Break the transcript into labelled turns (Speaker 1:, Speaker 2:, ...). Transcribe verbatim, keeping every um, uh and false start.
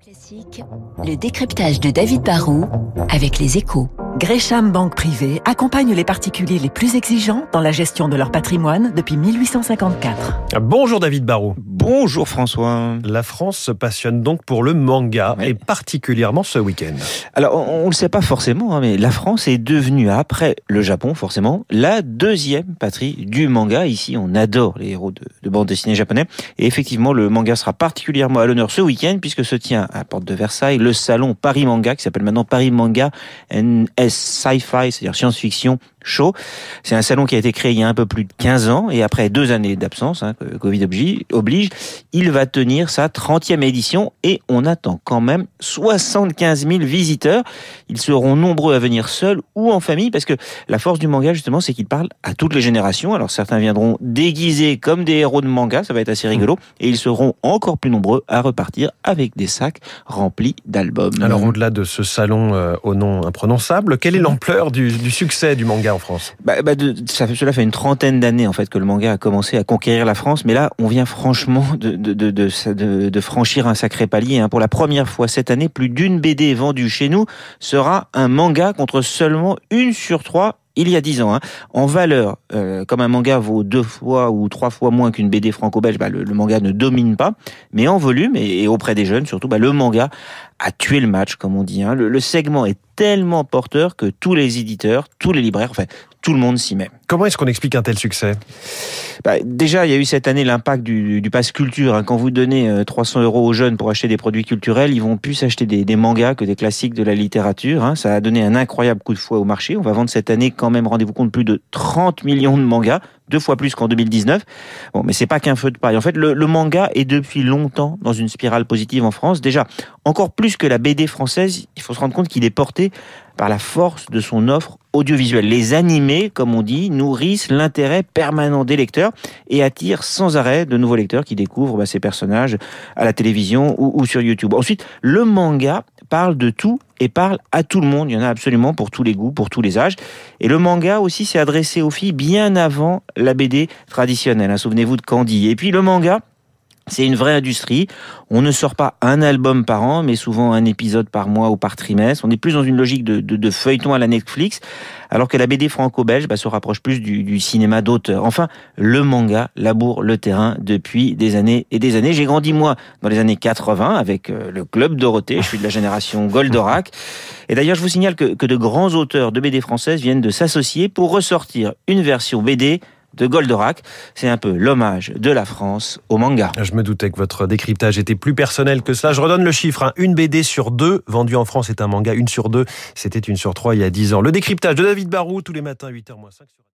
Speaker 1: Classique, le décryptage de David Barrault avec les Échos.
Speaker 2: Gresham Banque Privée accompagne les particuliers les plus exigeants dans la gestion de leur patrimoine depuis mille huit cent cinquante-quatre.
Speaker 3: Bonjour David Barrault.
Speaker 4: Bonjour François.
Speaker 3: La France se passionne donc pour le manga,
Speaker 4: oui.
Speaker 3: et particulièrement ce week-end.
Speaker 4: Alors, on ne le sait pas forcément, hein, mais la France est devenue, après le Japon forcément, la deuxième patrie du manga. Ici, on adore les héros de, de bande dessinée japonais. Et effectivement, le manga sera particulièrement à l'honneur ce week-end, puisque se tient à la porte de Versailles le salon Paris Manga, qui s'appelle maintenant Paris Manga and Sci-Fi, c'est-à-dire science-fiction show. C'est un salon qui a été créé il y a un peu plus de quinze ans, et après deux années d'absence, hein, Covid oblige, il va tenir sa trentième édition, et on attend quand même soixante-quinze mille visiteurs. Ils seront nombreux à venir seuls ou en famille, parce que la force du manga, justement, c'est qu'il parle à toutes les générations. Alors certains viendront déguisés comme des héros de manga, ça va être assez rigolo, et ils seront encore plus nombreux à repartir avec des sacs remplis d'albums.
Speaker 3: Alors au-delà de ce salon euh, au nom imprononçable, quelle est l'ampleur du, du succès du manga en France ?
Speaker 4: bah, bah de, ça, Cela fait une trentaine d'années en fait que le manga a commencé à conquérir la France, mais là on vient franchement de, de, de, de, de, de franchir un sacré palier. Hein. Pour la première fois cette année, plus d'une B D vendue chez nous sera un manga, contre seulement une sur trois il y a dix ans. Hein. En valeur, euh, comme un manga vaut deux fois ou trois fois moins qu'une B D franco-belge, bah, le, le manga ne domine pas. Mais en volume, et, et auprès des jeunes surtout, bah, le manga a tué le match, comme on dit. Hein. Le, le segment est tellement porteur que tous les éditeurs, tous les libraires, enfin tout le monde s'y met.
Speaker 3: Comment est-ce qu'on explique un tel succès ?
Speaker 4: Bah, déjà, il y a eu cette année l'impact du, du pass culture. Hein. Quand vous donnez euh, trois cents euros aux jeunes pour acheter des produits culturels, ils vont plus s'acheter des, des mangas que des classiques de la littérature. Hein. Ça a donné un incroyable coup de fouet au marché. On va vendre cette année quand même, rendez-vous compte, plus de trente millions de mangas, deux fois plus qu'en deux mille dix-neuf. Bon, mais c'est pas qu'un feu de paille. En fait, le, le manga est depuis longtemps dans une spirale positive en France. Déjà, encore plus que la B D française, il faut se rendre compte qu'il est porté par la force de son offre audiovisuelle. Les animés, comme on dit, nourrissent l'intérêt permanent des lecteurs et attirent sans arrêt de nouveaux lecteurs qui découvrent bah, ces personnages à la télévision ou, ou sur YouTube. Ensuite, le manga parle de tout et parle à tout le monde. Il y en a absolument pour tous les goûts, pour tous les âges. Et le manga aussi s'est adressé aux filles bien avant la B D traditionnelle. Hein. Souvenez-vous de Candy. Et puis le manga, c'est une vraie industrie. On ne sort pas un album par an, mais souvent un épisode par mois ou par trimestre. On est plus dans une logique de, de, de feuilleton à la Netflix, alors que la B D franco-belge bah, se rapproche plus du, du cinéma d'auteur. Enfin, le manga laboure le terrain depuis des années et des années. J'ai grandi, moi, dans les années quatre-vingts, avec euh, le Club Dorothée. Je suis de la génération Goldorak. Et d'ailleurs, je vous signale que, que de grands auteurs de B D françaises viennent de s'associer pour ressortir une version B D de Goldorak. C'est un peu l'hommage de la France au manga.
Speaker 3: Je me doutais que votre décryptage était plus personnel que cela. Je redonne le chiffre. Hein. Une B D sur deux vendue en France est un manga. Une sur deux, c'était une sur trois il y a dix ans. Le décryptage de David Barrault tous les matins, huit heures moins cinq sur